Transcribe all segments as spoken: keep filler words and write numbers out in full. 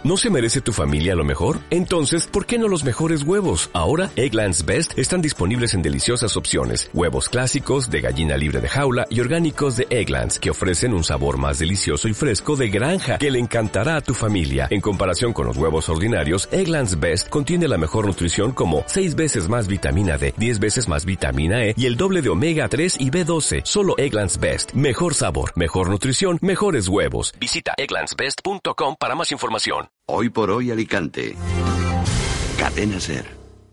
¿No se merece tu familia lo mejor? Entonces, ¿por qué no los mejores huevos? Ahora, Eggland's Best están disponibles en deliciosas opciones. Huevos clásicos, de gallina libre de jaula y orgánicos de Eggland's, que ofrecen un sabor más delicioso y fresco de granja que le encantará a tu familia. En comparación con los huevos ordinarios, Eggland's Best contiene la mejor nutrición como seis veces más vitamina D, diez veces más vitamina E y el doble de omega tres y B doce. Solo Eggland's Best. Mejor sabor, mejor nutrición, mejores huevos. Visita egglands best punto com para más información. Hoy por hoy Alicante. Cadena SER.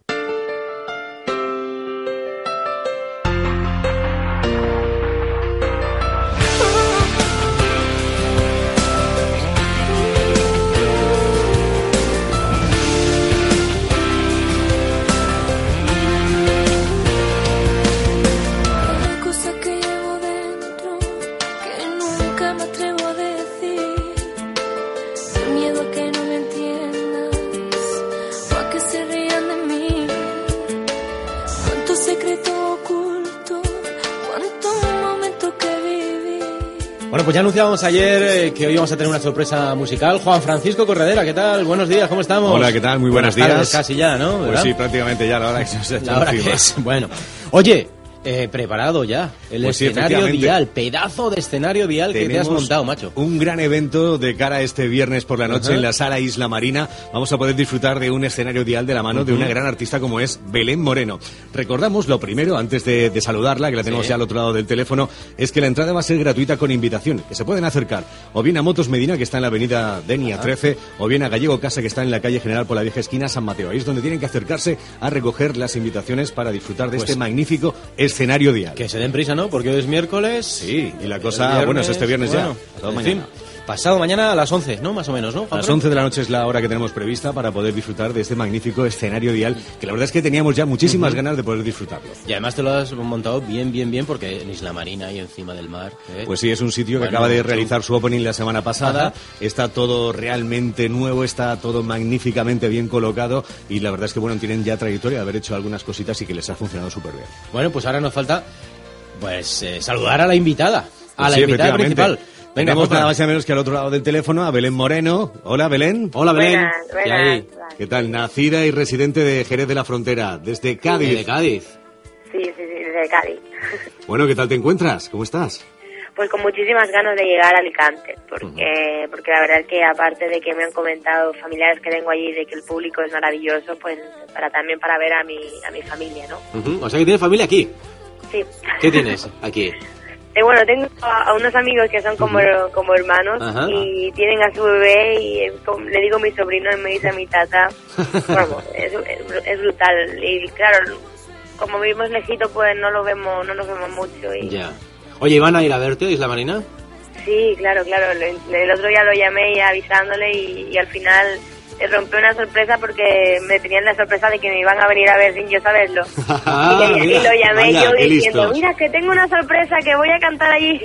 Bueno, pues ya anunciábamos ayer eh, que hoy vamos a tener una sorpresa musical. Juan Francisco Corredera, ¿qué tal? Buenos días, ¿cómo estamos? Hola, ¿qué tal? Muy buenos Buenas días. Tardes, casi ya, ¿no? ¿verdad? Pues sí, prácticamente ya, la hora que se nos ha hecho La hora encima. que es. Bueno, oye, eh, preparado ya. El Pues sí, escenario efectivamente. vial, pedazo de escenario vial que te has Tenemos montado, macho. un gran evento de cara a este viernes por la noche Ajá. en la Sala Isla Marina. Vamos a poder disfrutar de un escenario dial de la mano de una gran artista como es Belén Moreno. Recordamos lo primero, antes de, de saludarla, que la tenemos Sí. ya al otro lado del teléfono, es que la entrada va a ser gratuita con invitación, que se pueden acercar o bien a Motos Medina, que está en la avenida Denia trece, o bien a Gallego Casa, que está en la calle General por la vieja esquina San Mateo. Ahí es donde tienen que acercarse a recoger las invitaciones para disfrutar de Pues- este magnífico escenario dial. Que se den prisa, ¿no? Porque hoy es miércoles. Sí, y la El cosa, viernes, bueno, es este viernes ya. bueno, Pasado en mañana. fin, pasado mañana a las once, ¿no? Más o menos, ¿no? A las Juanfran? once de la noche es la hora que tenemos prevista para poder disfrutar de este magnífico escenario dial, que la verdad es que teníamos ya muchísimas ganas de poder disfrutarlo. Y además te lo has montado bien, bien, bien, porque en Isla Marina y encima del mar. ¿eh? Pues sí, es un sitio que Bueno, acaba de chulo. realizar su opening la semana pasada. Ajá. Está todo realmente nuevo, está todo magníficamente bien colocado y la verdad es que bueno, tienen ya trayectoria de haber hecho algunas cositas y que les ha funcionado súper bien. Bueno, pues ahora nos falta pues eh, saludar a la invitada, a Pues la sí, invitada efectivamente. principal. Venga, Tenemos Juanfran. nada más y nada menos que al otro lado del teléfono a Belén Moreno. Hola, Belén. Hola, Belén. Buenas, ¿Qué buenas. hay? ¿Qué tal? Nacida y residente de Jerez de la Frontera, desde Cádiz. De Cádiz. Sí, sí, sí, desde Cádiz. Bueno, ¿qué tal te encuentras? ¿Cómo estás? Pues con muchísimas ganas de llegar a Alicante, porque porque la verdad es que aparte de que me han comentado familiares que tengo allí de que el público es maravilloso, pues para también para ver a mi a mi familia, ¿no? Ujú. O sea que tienes familia aquí. Sí. ¿Qué tienes aquí? Eh, bueno, tengo a, a unos amigos que son como, como hermanos. Ajá. Y tienen a su bebé y eh, como le digo mi sobrino y me dice a mi tata. Bueno, es, es, es brutal. Y claro, como vivimos lejito, pues no lo vemos, no nos vemos mucho. Y... Ya. Oye, ¿iban a ir a verte a Isla Marina? Sí, claro, claro. El, el otro día lo llamé ya avisándole y, y al final eh, rompió una sorpresa porque me tenían la sorpresa de que me iban a venir a ver sin yo saberlo. Ah, y, y mira, lo llamé vaya, yo qué diciendo, listos. mira, que tengo una sorpresa, que voy a cantar allí.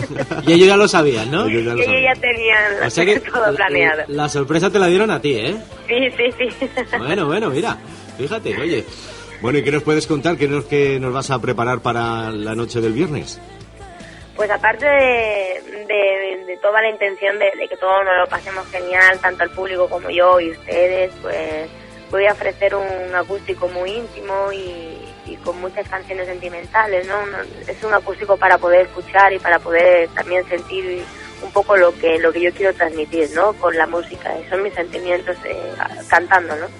Y ellos ya lo sabían, ¿no? Ellos ya lo Y ellos saben. ya tenían O sea que todo planeado. la sorpresa te la dieron a ti, ¿eh? Sí, sí, sí. Bueno, bueno, mira. Fíjate, oye. Bueno, ¿y qué nos puedes contar? ¿Qué nos, qué nos vas a preparar para la noche del viernes? Pues aparte de, de, de toda la intención de, de que todos nos lo pasemos genial, tanto el público como yo y ustedes, pues voy a ofrecer un acústico muy íntimo y, y con muchas canciones sentimentales, ¿no? Una- es un acústico para poder escuchar y para poder también sentir un poco lo que lo que yo quiero transmitir, ¿no? Con la música, y son mis sentimientos eh, cantando, ¿no?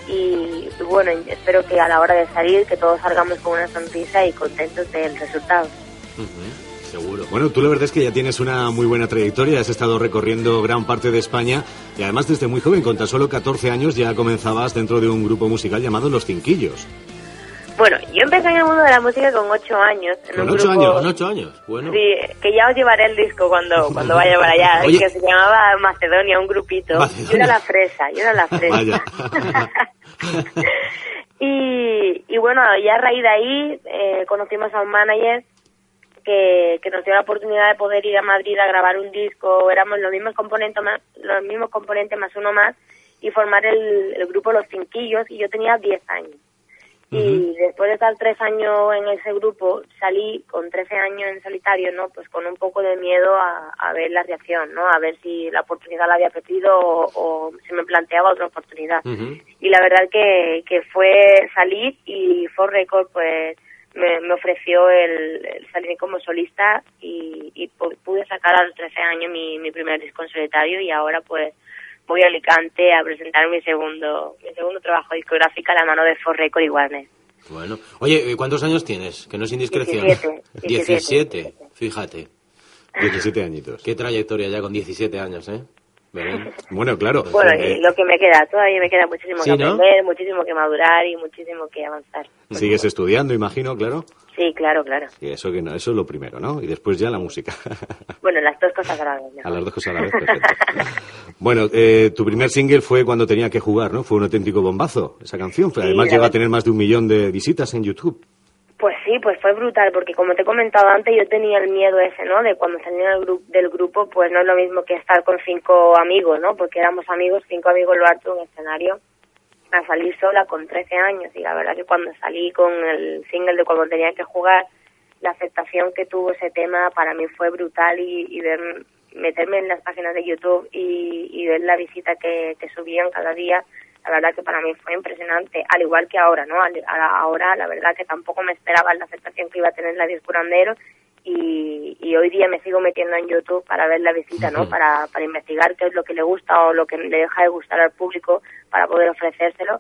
Y bueno, espero que a la hora de salir que todos salgamos con una sonrisa y contentos del resultado. Ujú, seguro. Bueno, tú la verdad es que ya tienes una muy buena trayectoria, has estado recorriendo gran parte de España y además desde muy joven, con tan solo catorce años, ya comenzabas dentro de un grupo musical llamado Los Cinquillos. Bueno, yo empecé en el mundo de la música con ocho años. En ¿Con un ocho grupo, años? Con ocho años. Bueno. Sí, que ya os llevaré el disco cuando, cuando vaya para allá, Oye. que se llamaba Macedonia, un grupito. Macedonia. Yo era la fresa, yo era la fresa. Vaya. y, y bueno, ya a raíz de ahí eh, conocimos a un manager que, que nos dio la oportunidad de poder ir a Madrid a grabar un disco. Éramos los mismos componentes más, los mismos componentes más uno más y formar el, el grupo Los Cinquillos, y yo tenía diez años. Uh-huh. Y después de estar tres años en ese grupo, salí con trece años en solitario, ¿no? Pues con un poco de miedo a, a ver la reacción, ¿no? A ver si la oportunidad la había perdido o, o se me planteaba otra oportunidad. Uh-huh. Y la verdad que, que fue salir y For Record, pues, me, me ofreció el, el salir como solista y, y pude sacar a los trece años mi, mi primer disco en solitario y ahora, pues, voy a Alicante a presentar mi segundo mi segundo trabajo discográfico a la mano de For Record y Warner. Bueno. Oye, ¿cuántos años tienes? Que no es indiscreción. diecisiete. diecisiete, fíjate. diecisiete añitos. Qué trayectoria ya con diecisiete años, ¿eh? Belén. Bueno, claro. Bueno, y lo que me queda, todavía me queda muchísimo ¿Sí, que no? aprender, muchísimo que madurar y muchísimo que avanzar. ¿Sigues estudiando, imagino, claro? Sí, claro, claro. Y eso que no, eso es lo primero, ¿no? Y después ya la música. Bueno, las dos cosas a la vez. A las dos cosas a la vez, perfecto. Bueno, eh, tu primer single fue Cuando tenía que jugar, ¿no? Fue un auténtico bombazo, esa canción. Sí, Además llegó a tener más de un millón de visitas en YouTube. Pues sí, pues fue brutal, porque como te he comentado antes, yo tenía el miedo ese, ¿no? De cuando salí del, gru- del grupo, pues no es lo mismo que estar con cinco amigos, ¿no? Porque éramos amigos, cinco amigos lo harto en un escenario, a salir sola con trece años. Y la verdad que cuando salí con el single de Cuando tenía que jugar, la aceptación que tuvo ese tema para mí fue brutal y, y ver, meterme en las páginas de YouTube y, y ver la visita que, que subían cada día. La verdad que para mí fue impresionante, al igual que ahora, ¿no? Ahora la verdad que tampoco me esperaba la aceptación que iba a tener la Disco Curandero y, y hoy día me sigo metiendo en YouTube para ver la visita, ¿no? Para, para investigar qué es lo que le gusta o lo que le deja de gustar al público para poder ofrecérselo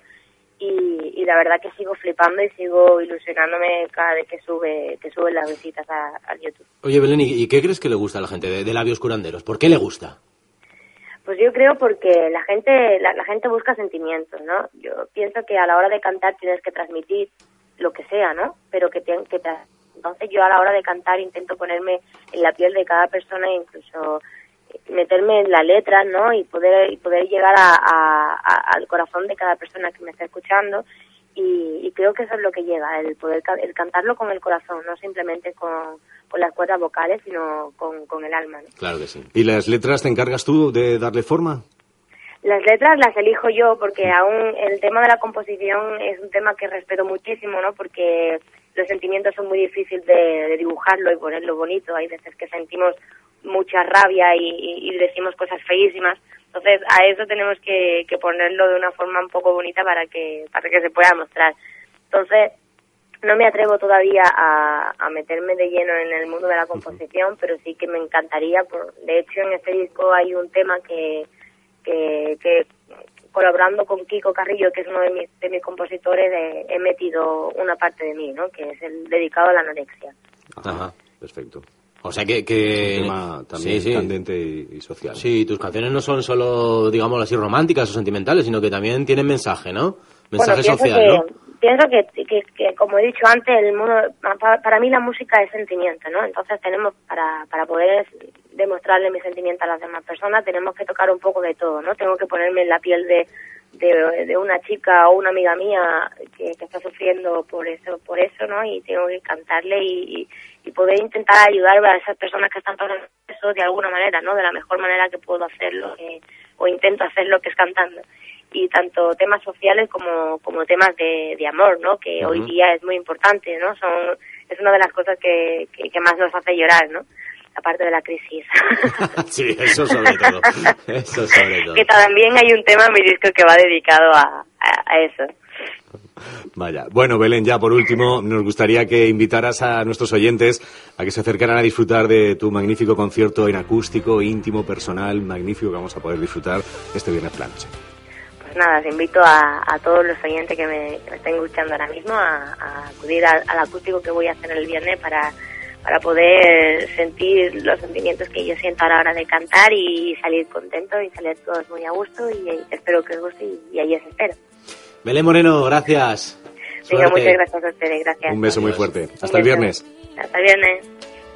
y, y la verdad que sigo flipando y sigo ilusionándome cada vez que sube que suben las visitas a, a YouTube. Oye, Belén, ¿y qué crees que le gusta a la gente de, de Labios Curanderos? ¿Por qué le gusta? Pues yo creo porque la gente la, la gente busca sentimientos, ¿no? Yo pienso que a la hora de cantar tienes que transmitir lo que sea, ¿no? Pero que, te, que te, entonces yo a la hora de cantar intento ponerme en la piel de cada persona e incluso meterme en la letra, ¿no? Y poder y poder llegar a, a, a, al corazón de cada persona que me está escuchando y, y creo que eso es lo que llega, el poder el cantarlo con el corazón, no simplemente con con las cuerdas vocales, sino con, con el alma, ¿no? Claro que sí. ¿Y las letras te encargas tú de darle forma? Las letras las elijo yo porque aún el tema de la composición es un tema que respeto muchísimo, ¿no? Porque los sentimientos son muy difíciles de, de dibujarlo y ponerlo bonito. Hay veces que sentimos mucha rabia y, y, y decimos cosas feísimas. Entonces a eso tenemos que, que ponerlo de una forma un poco bonita para que para que se pueda mostrar. Entonces no me atrevo todavía a, a meterme de lleno en el mundo de la composición, pero sí que me encantaría. Por, de hecho, en este disco hay un tema que, que, que colaborando con Kiko Carrillo, que es uno de mis, de mis compositores, de, he metido una parte de mí, ¿no? Que es el dedicado a la anorexia. Ajá, perfecto. O sea que... que... Es un tema también sí, sí. candente y, y social. Sí, tus canciones no son solo, digamos así, románticas o sentimentales, sino que también tienen mensaje, ¿no? Mensaje bueno, social, que, ¿no? Pienso que, que, que, como he dicho antes, el mundo, para, para mí la música es sentimiento, ¿no? Entonces tenemos, para, para poder demostrarle mi sentimiento a las demás personas, tenemos que tocar un poco de todo, ¿no? Tengo que ponerme en la piel de, de, de una chica o una amiga mía que, que está sufriendo por eso, por eso, ¿no? Y tengo que cantarle y, y poder intentar ayudar a esas personas que están pasando eso de alguna manera, ¿no? De la mejor manera que puedo hacerlo, eh, o intento hacerlo, que es cantando. Y tanto temas sociales como como temas de, de amor, ¿no? Que uh-huh. hoy día es muy importante, ¿no? Son es una de las cosas que, que, que más nos hace llorar, ¿no? Aparte de la crisis. Sí, eso sobre todo. Eso sobre todo. Que también hay un tema en mi disco que va dedicado a, a, a eso. Vaya. Bueno, Belén, ya por último, nos gustaría que invitaras a nuestros oyentes a que se acercaran a disfrutar de tu magnífico concierto en acústico, íntimo, personal, magnífico, que vamos a poder disfrutar este viernes por la noche. Nada, os invito a, a todos los oyentes que me, que me estén escuchando ahora mismo a, a acudir al, al acústico que voy a hacer el viernes para, para poder sentir los sentimientos que yo siento a la hora de cantar y salir contento y salir todos muy a gusto y, y espero que os guste y, y ahí os espero. Belén Moreno, gracias. Venga, muchas gracias a ustedes, gracias. Un beso muy fuerte. Hasta el viernes. Hasta el viernes.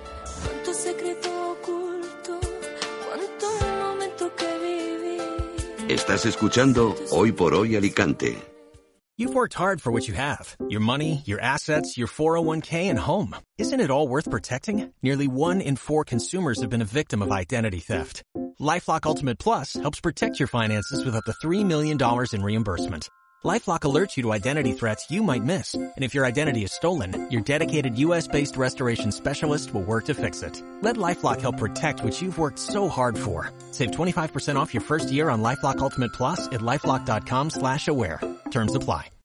Estás escuchando Hoy por Hoy Alicante. You've worked hard for what you have. Your money, your assets, your four oh one k, and home. Isn't it all worth protecting? Nearly one in four consumers have been a victim of identity theft. LifeLock Ultimate Plus helps protect your finances with up to three million dollars in reimbursement. LifeLock alerts you to identity threats you might miss. And if your identity is stolen, your dedicated U S-based restoration specialist will work to fix it. Let LifeLock help protect what you've worked so hard for. Save twenty-five percent off your first year on LifeLock Ultimate Plus at LifeLock.com slash aware. Terms apply.